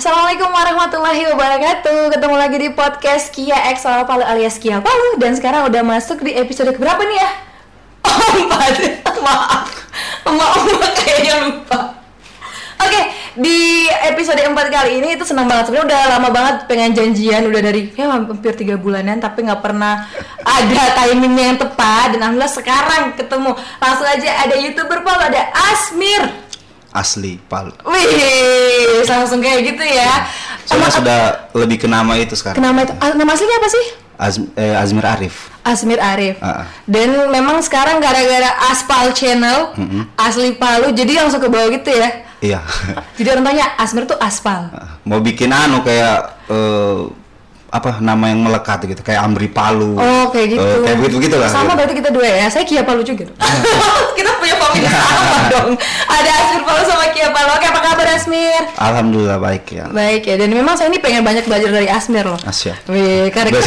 Assalamualaikum warahmatullahi wabarakatuh. Ketemu lagi di podcast Kia X Palu alias Kia Palu. Dan sekarang udah masuk di episode keberapa nih ya? 4. Maaf kayaknya lupa. Oke, di episode 4 kali ini itu senang banget. Sebenarnya udah lama banget pengen janjian, udah dari hampir 3 bulanan, tapi nggak pernah ada timingnya yang tepat. Dan alhamdulillah sekarang ketemu. Langsung aja ada YouTuber Palu, ada Asmir Asli Palu. Wih, langsung kayak gitu ya. Soalnya sudah lebih ke nama itu sekarang. Nama itu, nama aslinya apa sih? Azmir Arif. Asmir Arif. Dan memang sekarang gara-gara Aspal Channel, Asli Palu, jadi langsung ke bawah gitu ya. Iya. Jadi orang tanya Asmir tuh aspal. Mau bikin kayak apa nama yang melekat gitu, kayak Amri Palu. Oh, kayak gitu. Kayak begitu lah. Sama gitu. berarti kita dua ya. Saya Kia Palu juga. Kita punya family sama dong. Ada Asmir Palu sama Kia Palu. Oke, apa kabar Asmir? Alhamdulillah baik ya. Baik ya. Dan memang saya ini pengen banyak belajar dari Asmir loh. Asya. Wih, karena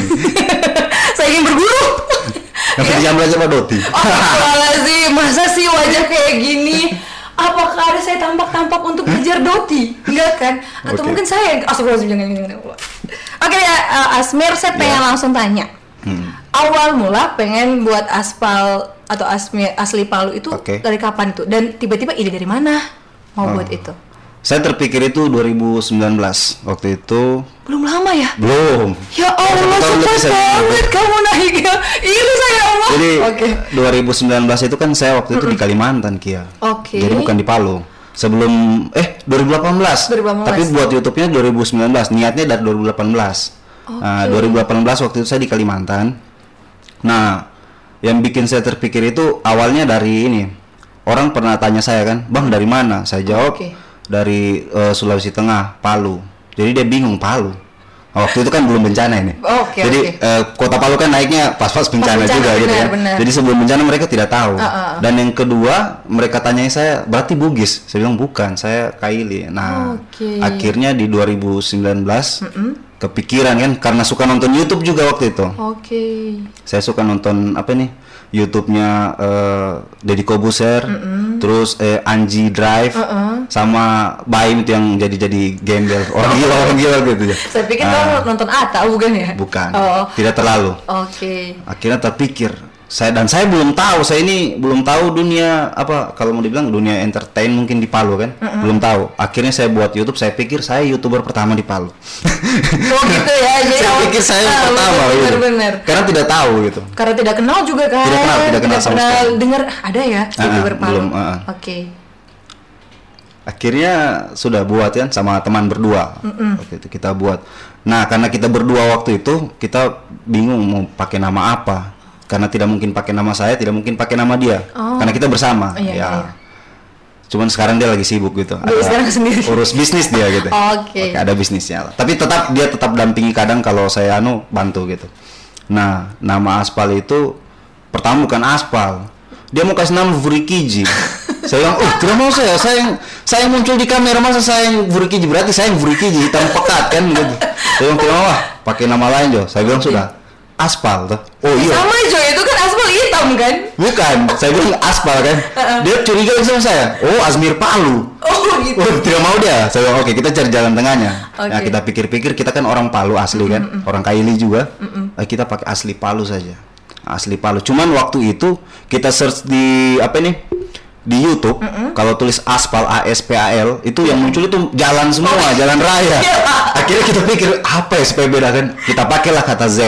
saya ingin berburu. Yang jangan belajar Pak Doti. Astagfirullahaladzim, masa sih wajah kayak gini? Apakah ada saya tampak-tampak untuk belajar Doti? Enggak kan? Atau mungkin saya astagfirullahaladzim, jangan. Oke ya, Asmir, saya pengen langsung tanya. Awal mula pengen buat aspal atau Asli Palu itu dari kapan tuh? Dan tiba-tiba ide dari mana mau buat itu? Saya terpikir itu 2019. Waktu itu belum lama ya? Belum. Ya Allah, cepat banget kamu naiknya. Ini saya Allah. Jadi 2019 itu kan saya waktu itu di Kalimantan, Kia. Jadi bukan di Palu. Sebelum 2018. Tapi buat YouTube-nya 2019. Niatnya dari 2018. Nah, 2018 waktu itu saya di Kalimantan. Nah, yang bikin saya terpikir itu awalnya dari ini. Orang pernah tanya saya kan, "Bang, dari mana?" Saya jawab, dari Sulawesi Tengah, Palu. Jadi dia bingung, Palu. Waktu itu kan belum bencana ini. Jadi kota Palu kan naiknya pas-pas bencana juga gitu ya. Jadi sebelum bencana mereka tidak tahu. Dan yang kedua mereka tanyai saya, berarti Bugis? Saya bilang bukan, saya Kaili. Nah, akhirnya di 2019 kepikiran kan, karena suka nonton YouTube juga waktu itu. Saya suka nonton YouTube-nya Deddy Kobuser, terus Anji Drive, sama Baim itu yang jadi gembel orang gila gitu ya. Saya pikir kamu nonton Atta bukan ya? Bukan, tidak terlalu. Akhirnya terpikir, saya belum tahu, saya ini belum tahu dunia kalau mau dibilang dunia entertain mungkin di Palu kan, belum tahu. Akhirnya saya buat YouTube, saya pikir saya YouTuber pertama di Palu. Oh gitu ya, jadi saya pikir saya pertama bener. Karena tidak tahu gitu. Karena tidak kenal juga kan. Tidak kenal sama pernah sekali. dengar ada ya YouTuber Palu. Belum. Akhirnya sudah buat kan sama teman berdua. Waktu itu kita buat. Nah, karena kita berdua waktu itu kita bingung mau pakai nama apa. Karena tidak mungkin pakai nama saya, tidak mungkin pakai nama dia. Karena kita bersama. Iya. Cuman sekarang dia lagi sibuk gitu. Sekarang sendiri. Urus bisnis dia gitu. Oke, ada bisnisnya. Tapi dia tetap dampingi kadang kalau saya bantu gitu. Nah, nama Aspal itu pertama bukan Aspal. Dia mau kasih nama Vurikiji. Saya bilang, tidak mau saya muncul di kamera, masa saya yang Vurikiji, berarti saya yang Vurikiji hitam pekat kan gitu. Saya bilang, tidak mau pakai nama lain Jo. Saya bilang sudah Aspal tuh. Oh iya. Sama Jo, itu kan aspal hitam kan? Bukan, saya bilang Aspal kan. Dia curiga sama saya. Oh, Asmir Palu. Oh gitu. Tidak mau dia. Saya bilang oke, kita cari jalan tengahnya. Nah, kita pikir-pikir kita kan orang Palu asli kan, orang Kaili juga. Kita pakai Asli Palu saja. Asli Palu. Cuman waktu itu kita search di di YouTube, kalau tulis Aspal ASPAL itu yang muncul itu jalan semua, jalan raya. Akhirnya kita pikir apa ya supaya beda kan? Kita pakailah kata Z.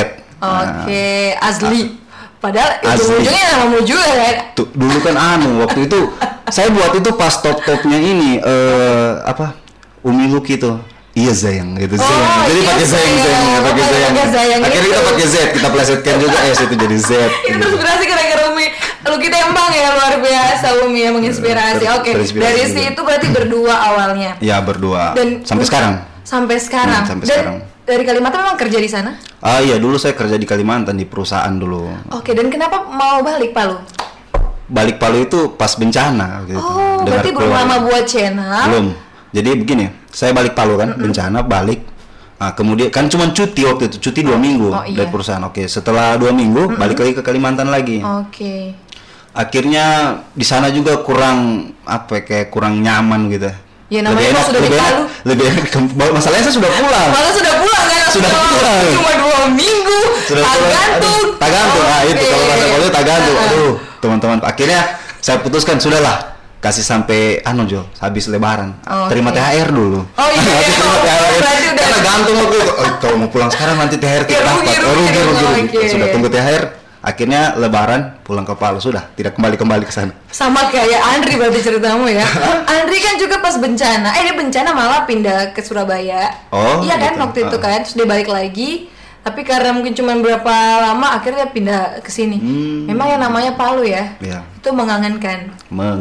Asli. Padahal itu ujungnya namamu juga kan? Dulu kan waktu itu saya buat itu pas top-topnya ini Umi Luki tuh. Iya Zayang gitu. Jadi pakai Zayang. Akhirnya kita pakai Z, kita plesetkan juga itu jadi Z. Itu terinspirasi gara-gara Umi Luki Tembang ya, luar biasa. Umi yang menginspirasi. Dari situ berarti berdua awalnya. Ya, berdua. Dan sampai sekarang. Sampai sekarang. Dari Kalimantan memang kerja di sana? Iya, dulu saya kerja di Kalimantan di perusahaan dulu. Dan kenapa mau balik Palu? Balik Palu itu pas bencana gitu. Berarti belum lama buat channel. Belum. Jadi begini, saya balik Palu kan, bencana balik. Nah, kemudian kan cuma cuti waktu itu, cuti 2 minggu dari perusahaan. Setelah 2 minggu balik lagi ke Kalimantan lagi. Akhirnya di sana juga kurang kurang nyaman gitu. Ya namanya enak, sudah di Palu. Lebih enak. Masalahnya saya sudah pulang. Malah sudah pulang kan? Sudah pulang. Cuma 2 minggu. Tagantung. Itu kalau bahasa Palu tagantung. Aduh, teman-teman. Akhirnya saya putuskan sudahlah. Kasih sampai habis lebaran. Terima THR dulu. Oh iya. Terima THR. Karena gantung aku. Kalau mau pulang sekarang nanti THR kita dapat. Rugi. Sudah tunggu THR. Akhirnya lebaran pulang ke Palu, sudah tidak kembali ke sana. Sama kayak Andri berarti ceritamu ya. Andri kan juga pas bencana. Dia bencana malah pindah ke Surabaya. Iya kan gitu. Waktu itu kan terus dia balik lagi. Tapi karena mungkin cuma berapa lama akhirnya pindah ke sini. Memang yang namanya Palu ya. Itu mengangankan.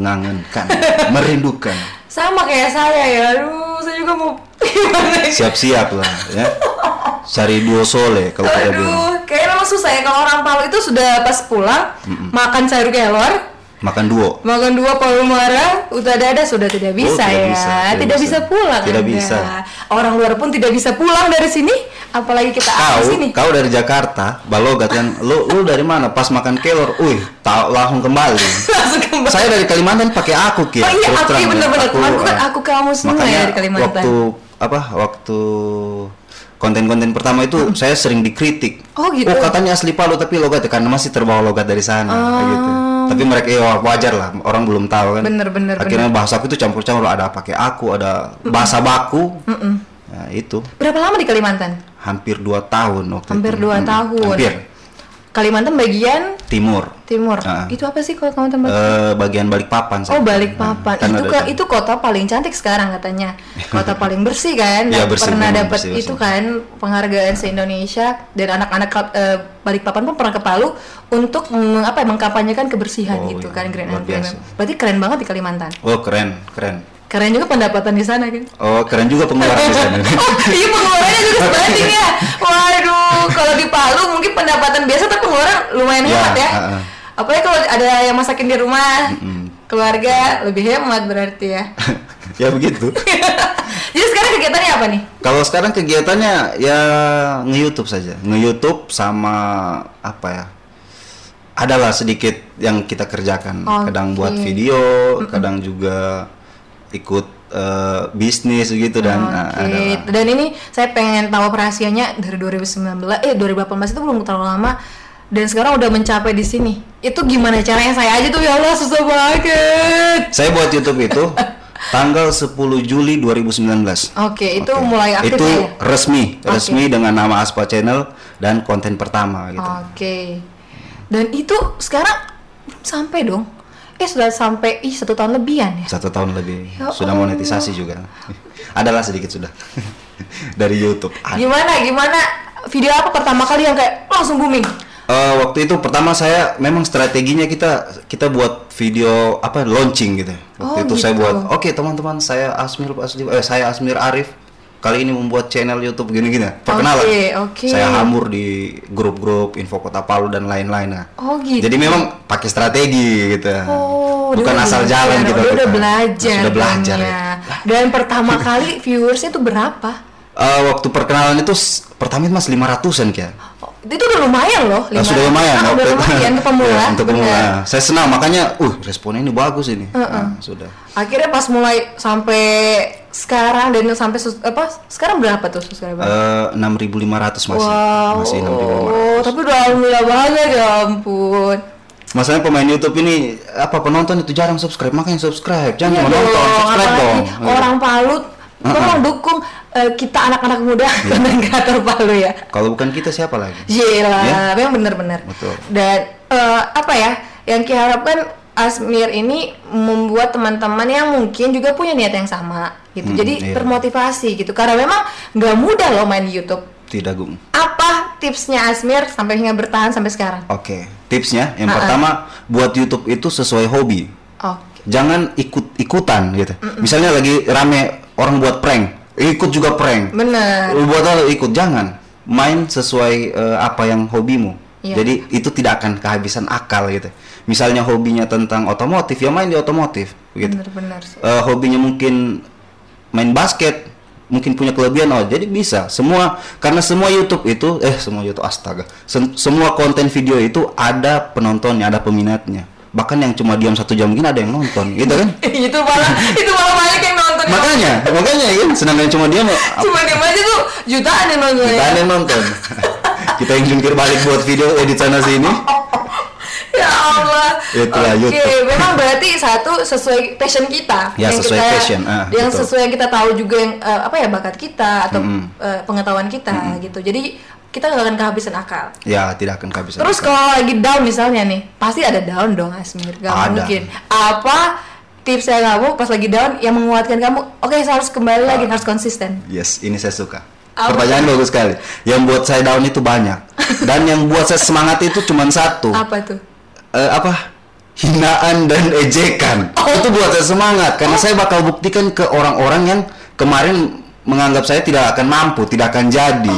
Merindukan. Sama kayak saya ya. Aduh, saya juga mau siap-siap lah ya. Cari duo sole kalau kita bilang. Kayaknya memang susah ya kalau orang Palu itu sudah pas pulang makan sayur kelor, makan duo palu mara, udah dada sudah tidak bisa tidak bisa pulang. Tidak bisa. Orang luar pun tidak bisa pulang dari sini, apalagi kita di sini. Kau dari Jakarta, Balogat kan? Lu dari mana? Pas makan kelor, langsung kembali. Saya dari Kalimantan pakai aku Ki. Oh iya, aku bener-bener. Aku kamu semua ya dari Kalimantan. Waktu konten-konten pertama itu saya sering dikritik. Gitu. Katanya asli Palu tapi logat karena masih terbawa logat dari sana gitu. Tapi mereka wajar lah, orang belum tahu kan. Bener. Akhirnya bahasa aku itu campur-campur, ada pakai aku, ada bahasa baku. Nah, itu. Berapa lama di Kalimantan? Hampir 2 tahun waktu Hampir itu. 2 tahun. Hampir. Kalimantan bagian Timur. Itu apa sih kalau Kalimantan bagian? Bagian Balikpapan. Balikpapan. Itu kota paling cantik sekarang katanya. Kota paling bersih kan. Pernah dapat itu kan penghargaan se-Indonesia, dan anak-anak Balikpapan pun pernah ke Palu untuk mengkampanyekan kebersihan kan. Berarti keren banget di Kalimantan. Keren. Keren juga pendapatan di sana kan? Keren juga pengeluaran di sana. Iya, pengeluarannya juga sebanding ya. Waduh, kalau di Palu mungkin pendapatan biasa tapi pengeluaran lumayan hemat ya. Apalagi kalau ada yang masakin di rumah, keluarga lebih hemat berarti ya. Ya begitu. Jadi sekarang kegiatannya apa nih? Kalau sekarang kegiatannya ya nge-YouTube saja. Nge-YouTube sama adalah sedikit yang kita kerjakan. Kadang buat video, kadang juga ikut bisnis gitu dan dan ini saya pengen tahu rahasianya dari 2018 itu belum terlalu lama dan sekarang udah mencapai di sini. Itu gimana caranya? Saya aja tuh ya Allah susah banget. Saya buat YouTube itu tanggal 10 Juli 2019. Itu mulai aktif itu ya? resmi dengan nama Aspa Channel dan konten pertama gitu. Dan itu sekarang belum sampai dong. Sudah sampai 1 tahun lebihan ya? 1 tahun lebih. Sudah monetisasi juga. Adalah sedikit sudah. Dari YouTube. Gimana? Video apa pertama kali yang kayak langsung booming? Waktu itu pertama saya memang strateginya kita buat video launching gitu. Waktu itu saya buat, teman-teman, saya Asmir Arif. Kali ini membuat channel YouTube gini-gini, perkenalan. Saya hamur di grup-grup Info Kota Palu dan lain-lain. Gitu. Jadi memang pakai strategi gitu. Bukan asal jalan gitu. Sudah belajar. Ya. Dan pertama kali viewersnya itu berapa? Waktu perkenalan itu pertama Mas 500-an Kia. Itu udah lumayan loh. Sudah lumayan. Udah lumayan untuk pemula. Untuk pemula. Saya senang makanya, responnya ini bagus ini. Sudah. Akhirnya pas mulai sampai sekarang dan sampai sekarang berapa tuh subscriber? 6.500 masih. Masih 6.500. Tapi udah alhamdulillah banget ya ampun. Masalahnya pemain YouTube ini penonton itu jarang subscribe, makanya subscribe. Jangan menonton, subscribe dong. Orang Palu tolong dukung kita anak-anak muda konten kreator Palu ya. Kalau bukan kita siapa lagi? Iya, memang benar-benar. Betul. Dan yang kita harapkan Asmir ini membuat teman-teman yang mungkin juga punya niat yang sama gitu. Jadi termotivasi gitu. Karena memang nggak mudah loh main di YouTube. Tidak, Gung. Apa tipsnya Asmir sampai hingga bertahan sampai sekarang? Tipsnya yang pertama, buat YouTube itu sesuai hobi. Jangan ikut-ikutan gitu. Misalnya lagi rame orang buat prank, ikut juga prank. Bener. Buat apa ikut? Jangan. Main sesuai apa yang hobimu. Jadi itu tidak akan kehabisan akal gitu. Misalnya hobinya tentang otomotif, ya main di otomotif gitu. Benar. Hobinya mungkin main basket, mungkin punya kelebihan, jadi bisa. Karena semua YouTube itu semua konten video itu ada penontonnya, ada peminatnya. Bahkan yang cuma diam 1 jam mungkin ada yang nonton, gitu kan? itu malah banyak yang nonton nonton. Makanya kan sedangkan cuma dia aja tuh jutaan yang nonton. Jutaan yang nonton. Kita yang jungkir balik buat video edit sana sini. Ya Allah. Itulah YouTube. Oke, memang berarti satu sesuai passion kita. Ya, yang sesuai kita, passion. Yang betul. sesuai yang kita tahu juga yang bakat kita atau pengetahuan kita gitu. Jadi kita nggak akan kehabisan akal. Ya, tidak akan kehabisan. Terus kalau lagi down misalnya nih, pasti ada down dong Asmir. Gak mungkin. Apa tipsnya kamu pas lagi down yang menguatkan kamu? Oke, saya harus kembali lagi, harus konsisten. Yes, ini saya suka. Pertanyaan bagus sekali. Yang buat saya down itu banyak. Dan yang buat saya semangat itu cuma satu. Apa tuh? Hinaan dan ejekan. Itu buat saya semangat karena saya bakal buktikan ke orang-orang yang kemarin menganggap saya tidak akan mampu, tidak akan jadi.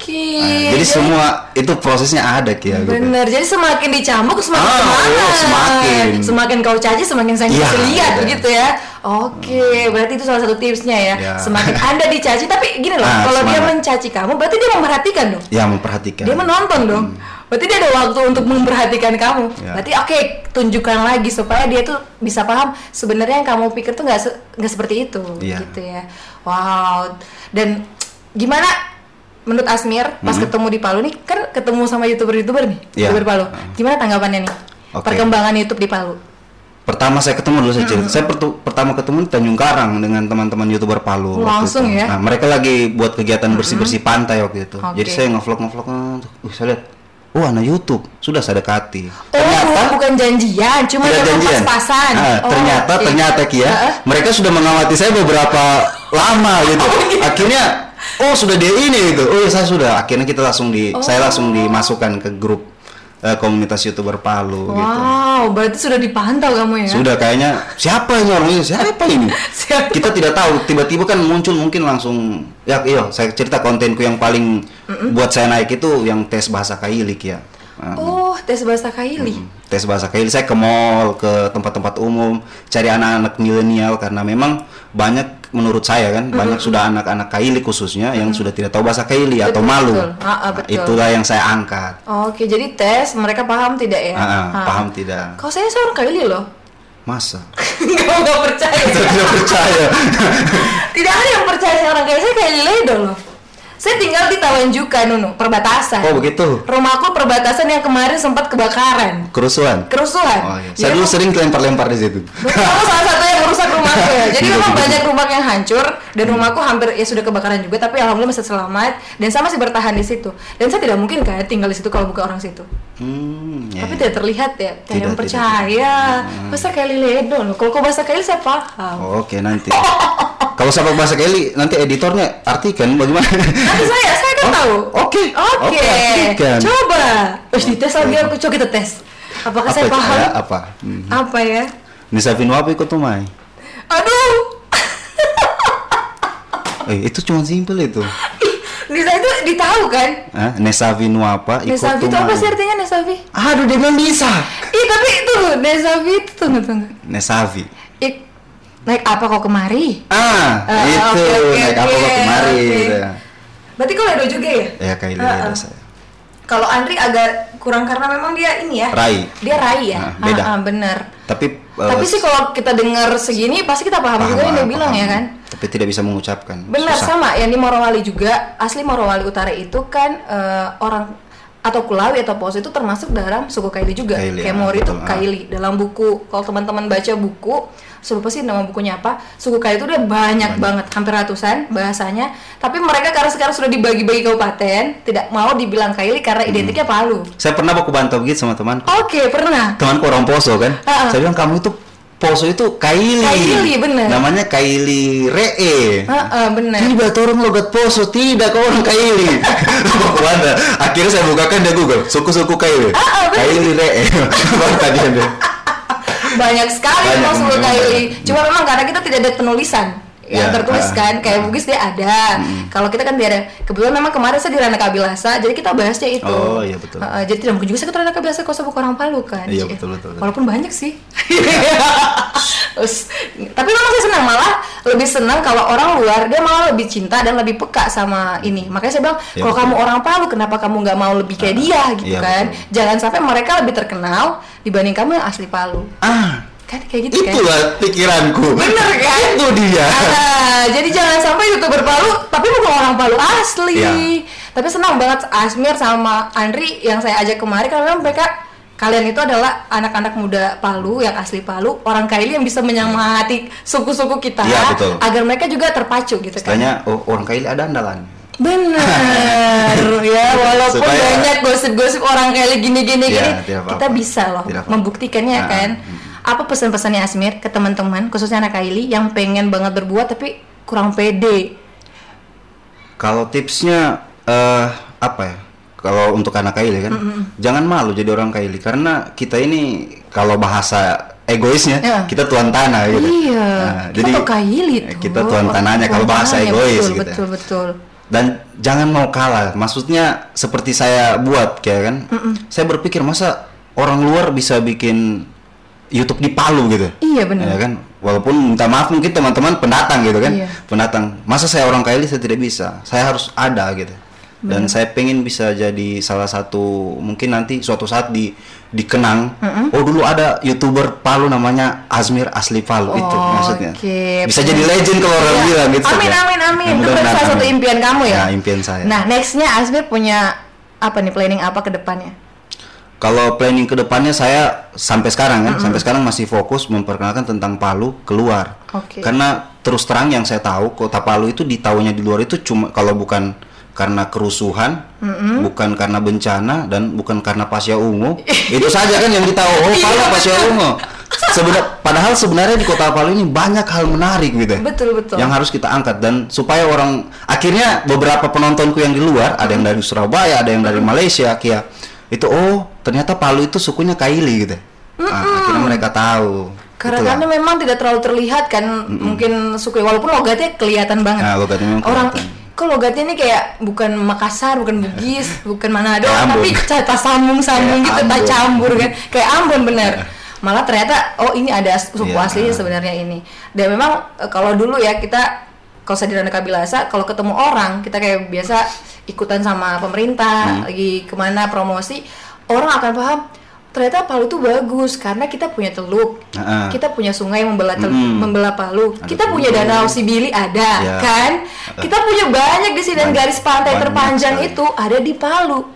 Jadi semua itu prosesnya ada Bener, jadi semakin dicambuk semakin semangat. Semakin kau caci semakin saya lihat begitu ya. Berarti itu salah satu tipsnya ya. Semakin Anda dicaci, tapi gini loh, kalau dia mencaci kamu, berarti dia memperhatikan dong. Ya, memperhatikan. Dia menonton dong. Berarti dia ada waktu untuk memperhatikan kamu. Berarti tunjukkan lagi supaya dia tuh bisa paham sebenarnya yang kamu pikir tuh nggak seperti itu, gitu ya. Wow. Dan gimana menurut Asmir pas ketemu di Palu nih, kan ketemu sama youtuber nih, youtuber Palu. Gimana tanggapannya nih? Perkembangan YouTube di Palu. Pertama saya ketemu dulu saya cerita. Saya pertama ketemu di Tanjung Karang dengan teman-teman YouTuber Palu. Langsung ya? Nah, mereka lagi buat kegiatan bersih-bersih pantai waktu itu. Jadi saya ngevlog. Saya lihat, anak YouTube sudah saya dekati. Ternyata bukan janjian, cuma pas-pasan. Ternyata mereka sudah mengamati saya beberapa lama gitu. Akhirnya sudah dia ini gitu. Saya sudah. Akhirnya saya langsung dimasukkan ke grup komunitas YouTuber Palu gitu. Wow, berarti sudah dipantau kamu ya? Sudah, kayaknya siapa ini orang ini? Siapa ini? Kita tidak tahu, tiba-tiba kan muncul mungkin langsung saya cerita kontenku yang paling buat saya naik itu yang tes bahasa Kailik ya. Tes bahasa Kailik. Tes bahasa Kailik, saya ke mall, ke tempat-tempat umum, cari anak-anak milenial karena memang banyak menurut saya kan banyak sudah anak-anak Kailik khususnya yang sudah tidak tahu bahasa Kailik atau malu. Betul. Itulah yang saya angkat. Jadi tes mereka paham tidak ya? Paham tidak. Kalau saya seorang Kailik loh. Masa? Nggak percaya. Tidak percaya. Tidak ada yang percaya seorang Kailik. Saya Kailik loh. Saya tinggal di Tawanjuka, Nunu, perbatasan. Oh, begitu. Rumahku perbatasan yang kemarin sempat kebakaran. Kerusuhan. Oh, iya. Saya dulu sering lempar-lempar di situ. Kamu salah satu yang merusak rumahku ya. Jadi memang banyak rumah yang hancur dan rumahku hampir sudah kebakaran juga, tapi alhamdulillah masih selamat dan saya masih bertahan di situ. Dan saya tidak mungkin tinggal di situ kalau bukan orang situ. Tapi tidak terlihat ya, kayak yang percaya. Bahasa Kaili Ledo loh. Kalau bahasa Kaili saya paham. Oke, nanti. Kalau sama bahasa Kaili nanti editornya artikan bagaimana? Nanti saya kan tahu. Oke. Coba. Terus dites lagi aku, coba kita tes. Apakah saya paham? Apa ya? Nisa Vinwapi kok tuh Mai. Aduh. Itu cuma simpel itu. Nisa itu ditahu kan? Nesavi Nuapa. Nesavi itu apa sih artinya Nesavi? Aduh, dia bilang bisa. Tapi itu Nesavi itu tunggu. Nesavi. Naik apa kok kemari? Itu naik apa kok kemari. Berarti kau Edo juga ya? Ya kayak Edo saya. Kalau Andri agak kurang karena memang dia ini ya. Dia Rai ya. Beda. Bener. Tapi sih kalau kita dengar segini pasti kita paham juga yang dia bilang ya kan. Tapi tidak bisa mengucapkan. Benar, sama yang di Morowali juga. Asli Morowali Utara itu kan orang atau Kulawi atau Poso itu termasuk dalam suku Kaili juga. Kayak Mori itu Kaili. Dalam buku, kalau teman-teman baca buku, lupa sih nama bukunya apa, suku Kaili itu udah banyak banget, hampir ratusan bahasanya. Tapi mereka karena sekarang sudah dibagi-bagi kabupaten, tidak mau dibilang Kaili karena identiknya Palu. Saya pernah baku bantau gitu sama temanku. Pernah. Temanku orang Poso kan. Saya bilang kamu itu Poso itu Kaili. Kaili bener. Namanya Kaili Re'e. Bener. Tidak, orang logat Poso, tidak, kau orang Kaili. Akhirnya saya bukakan dia Google, suku-suku Kaili. Kaili Re'e. Tadi ada. Banyak sekali suku Kaili. Cuma memang karena kita tidak ada penulisan yang tertulis kan, kayak Bugis dia ada. Kalau kita kan tidak ada. Kebetulan memang kemarin saya di Rana Kabilasa, jadi kita bahasnya itu. Oh iya betul. Jadi tidak mungkin juga saya ke Rana Kabilasa kalau saya bukan orang Palu kan. Iya betul. Walaupun banyak sih. Tapi memang saya senang, malah lebih senang kalau orang luar dia malah lebih cinta dan lebih peka sama ini. Makanya saya bilang kalau kamu orang Palu, kenapa kamu nggak mau lebih kayak dia gitu kan? Betul. Jangan sampai mereka lebih terkenal dibanding kamu yang asli Palu. Kan kayak gitu kan. Itulah pikiranku. Bener kan? Itu dia. Jadi jangan sampai YouTuber Palu tapi bukan orang Palu asli. Ya. Tapi senang banget Asmir sama Andri yang saya ajak kemarin karena mereka kalian itu adalah anak-anak muda Palu yang asli Palu, orang Kaili yang bisa menyemangati suku-suku kita agar mereka juga terpacu gitu kan. Istilahnya orang Kaili ada andalan. Benar ya, walaupun banyak gosip-gosip orang Kaili gini-gini kita bisa loh membuktikannya kan. Apa pesan-pesannya Asmir ke teman-teman khususnya anak Kaili yang pengen banget berbuat tapi kurang pede? Kalau tipsnya apa ya? Kalau untuk anak Kaili kan, jangan malu jadi orang Kaili karena kita ini kalau bahasa egoisnya kita tuan tanah gitu. Iya. Jadi Kaili tuh. Kita tuan tanahnya kalau bahasa egois gitu. Betul. Dan jangan mau kalah. Maksudnya seperti saya buat kayak kan. Saya berpikir masa orang luar bisa bikin YouTube di Palu gitu. Iya benar. Ya kan? Walaupun minta maaf mungkin teman-teman pendatang gitu kan. Iya. Pendatang. Masa saya orang Kaili saya tidak bisa. Saya harus ada gitu. Dan saya pengen bisa jadi salah satu mungkin nanti suatu saat dikenang. Oh dulu ada YouTuber Palu namanya Asmir asli Palu itu maksudnya. Bisa jadi legend kalau orang bilang gitu. Amin. Itu salah satu impian kamu ya. Nah, impian saya. Nah nextnya Asmir punya apa nih planning apa ke depannya? Kalau planning ke depannya saya sampai sekarang kan, sampai sekarang masih fokus memperkenalkan tentang Palu keluar. Karena terus terang yang saya tahu kota Palu itu ditahunya di luar itu cuma kalau bukan karena kerusuhan, bukan karena bencana dan bukan karena Pasya Ungu. Itu saja kan yang ditahu. Oh, Palu Pasya Ungu. Padahal sebenarnya di kota Palu ini banyak hal menarik gitu. Betul. Yang harus kita angkat dan supaya orang akhirnya beberapa penontonku yang di luar, ada yang dari Surabaya, ada yang dari Malaysia, itu ternyata Palu itu sukunya Kaili gitu. Akhirnya mereka tahu. Karena memang tidak terlalu terlihat kan, mungkin suku walaupun logatnya kelihatan banget. Nah, logatnya memang kelihatan. Kok logatnya ini kayak bukan Makassar, bukan Bugis, bukan Manado, tapi tak sambung gitu, tak campur kan, kayak Ambon bener. Malah ternyata ini ada suku aslinya sebenarnya ini. Dan memang kalau dulu ya kita, kalau saya di Randa Kabilasa, kalau ketemu orang kita kayak biasa ikutan sama pemerintah lagi kemana promosi, orang akan paham. Ternyata Palu itu bagus karena kita punya teluk, kita punya sungai yang membelah Palu, kita punya danau Sibili ada, kan? Kita punya banyak di sini dan garis pantai terpanjang itu ada di Palu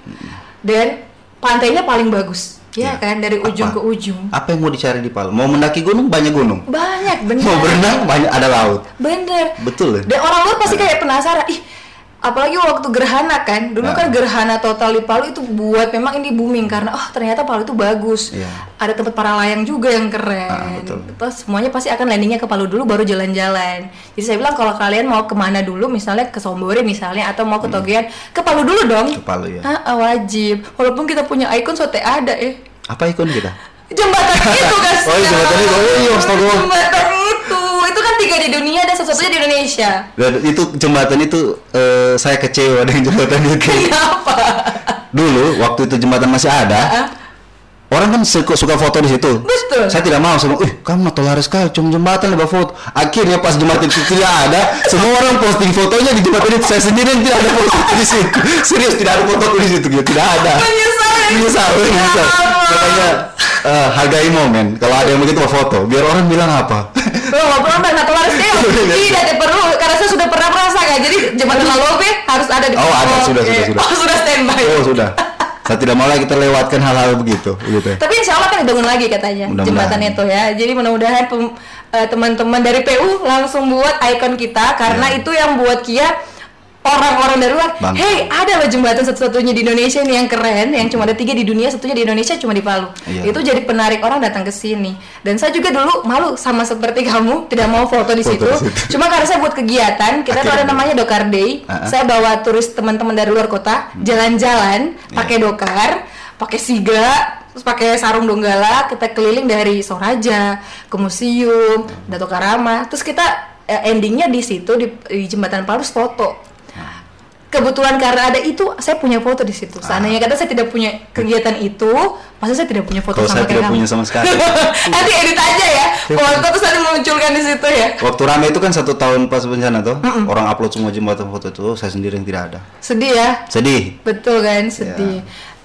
dan pantainya paling bagus, kan dari ujung ke ujung. Apa yang mau dicari di Palu? Mau mendaki gunung banyak gunung. Banyak bener. Mau berenang banyak ada laut. Bener. Betul. Dan orang luar pasti kayak penasaran, apalagi waktu gerhana kan, dulu kan gerhana total di Palu itu buat memang ini booming karena ternyata Palu itu bagus, ada tempat para layang juga yang keren, terus semuanya pasti akan landingnya ke Palu dulu baru jalan-jalan. Jadi saya bilang kalau kalian mau kemana dulu, misalnya ke Sombore misalnya atau mau ke Togean, ke Palu dulu dong. Ke Palu ya. Wajib, walaupun kita punya ikon sote ada Apa ikon kita? Jembatan itu kan. Jembatan itu. Jembatan itu kan 3 di dunia dan satu-satunya di Indonesia. Dan itu jembatan itu saya kecewa dengan jembatan itu. Kenapa? Dulu waktu itu jembatan masih ada, orang kan suka foto di situ. Betul. Saya tidak mau, kamu natolaris sekali, cuma jembatan lebih foto. Akhirnya pas jembatan itu tidak ada, semua orang posting fotonya di jembatan itu. Saya sendiri tidak ada foto di situ. Serius tidak ada foto di situ, tidak ada. Menyesal. Makanya hargai momen. Kalau ada yang begitu foto, biar orang bilang apa? Ngobrol dan natolaris tidak perlu karena saya sudah pernah merasakan. Jadi jembatan Lalope harus ada di foto. Ada sudah. Sudah standby. Sudah. Saya tidak mau lagi terlewatkan hal-hal begitu. Tapi insya Allah kan dibangun lagi katanya jembatan itu ya. Jadi mudah-mudahan teman-teman dari PU langsung buat ikon kita karena itu yang buat Kia orang-orang dari luar. Hey, ada loh jembatan satu-satunya di Indonesia nih yang keren, yang cuma ada 3 di dunia, satunya di Indonesia cuma di Palu. Itu jadi penarik orang datang ke sini. Dan saya juga dulu malu sama seperti kamu, tidak mau foto di situ. Cuma karena saya buat kegiatan, kita tuh ada namanya Dokar Day. Saya bawa turis teman-teman dari luar kota jalan-jalan pakai dokar, pakai siga, terus pakai sarung donggala, kita keliling dari Soraja ke museum, Dato Karama. Terus kita endingnya di situ di jembatan Palu foto. Kebetulan karena ada itu, saya punya foto di situ. Seandainya kata saya tidak punya kegiatan itu, pasti saya tidak punya foto sama kayak kamu. Kalau saya tidak punya sama sekali. Nanti edit aja ya, foto terus nanti munculkan di situ ya. Waktu rame itu kan 1 tahun pas bencana tuh, orang upload semua jembatan foto itu, saya sendiri yang tidak ada. Sedih ya? Sedih. Betul kan, sedih.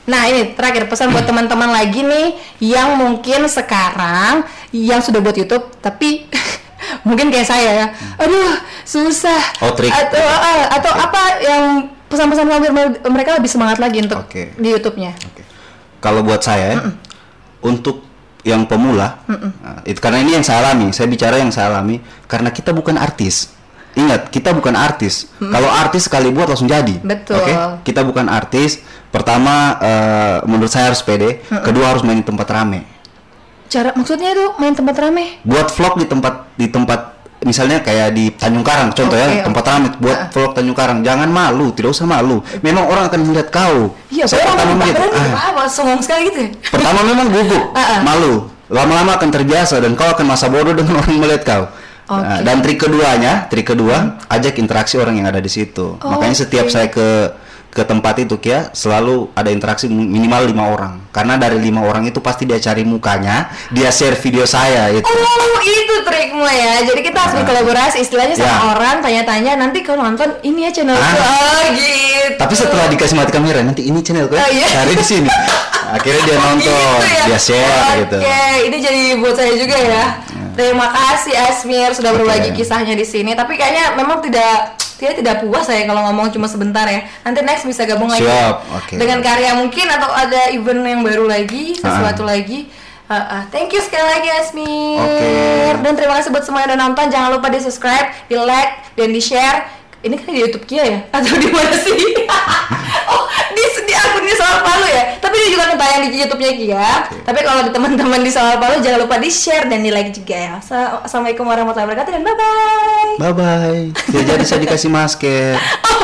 Nah ini terakhir pesan buat teman-teman lagi nih yang mungkin sekarang yang sudah buat YouTube tapi mungkin kayak saya ya, aduh susah. Trik. Atau apa yang pesan-pesan biar mereka lebih semangat lagi untuk di YouTube-nya. Kalau buat saya untuk yang pemula, itu karena ini yang saya alami. Saya bicara yang saya alami karena kita bukan artis. Ingat, kita bukan artis. Kalau artis sekali buat langsung jadi. Betul. Kita bukan artis. Pertama, menurut saya harus pede. Kedua harus main di tempat rame. Maksudnya itu main tempat rame? Buat vlog di tempat misalnya kayak di Tanjung Karang, contoh tempat rame. Buat vlog Tanjung Karang, jangan malu, tidak usah malu. Memang orang akan melihat kau. Iya, saya pertama melihat. Songong sekali gitu. Pertama memang gugup, malu. Lama-lama akan terbiasa dan kau akan masa bodoh dengan orang melihat kau. Dan trik kedua, ajak interaksi orang yang ada di situ. Makanya setiap saya ke tempat itu selalu ada interaksi minimal 5 orang. Karena dari 5 orang itu pasti dia cari mukanya, dia share video saya itu. Oh, itu trikmu ya. Jadi kita harus berkolaborasi istilahnya sama orang, tanya-tanya, nanti kalau nonton ini ya channel gitu. Tapi setelah dikasih mati kamera, nanti ini channel cari di sini. Akhirnya dia nonton, dia share gitu. Ini jadi buat saya juga ya. Terima kasih Asmir sudah berbagi kisahnya di sini. Tapi kayaknya memang tidak puas saya kalau ngomong cuma sebentar ya. Nanti next bisa gabung lagi dengan karya mungkin atau ada event yang baru lagi, sesuatu lagi. Thank you sekali lagi Asmir. Dan terima kasih buat semua yang udah nonton. Jangan lupa di subscribe, di like, dan di share. Ini kan di YouTube Kia ya? Atau di mana sih? Di akunnya Sawal Palu ya? Tapi dia juga tayang di YouTube-nya Kia. Tapi kalau di teman-teman di Sawal Palu jangan lupa di share dan di like juga ya. Assalamualaikum warahmatullahi wabarakatuh dan bye-bye. Bye-bye. Jadi saya dikasih masker.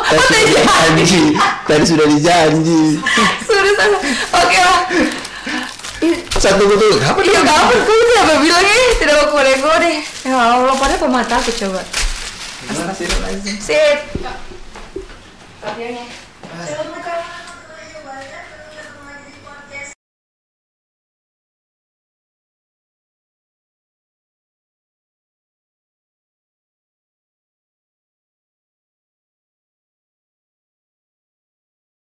Tadi sudah dijanji. Oke lah. Satu betul. Apa dia? Kapan kau siapa bilangnya? Tidak mau kode-kode deh. Ya Allah, pada pemata aku coba. Astagfirullahaladzim. Sip. Akhirnya.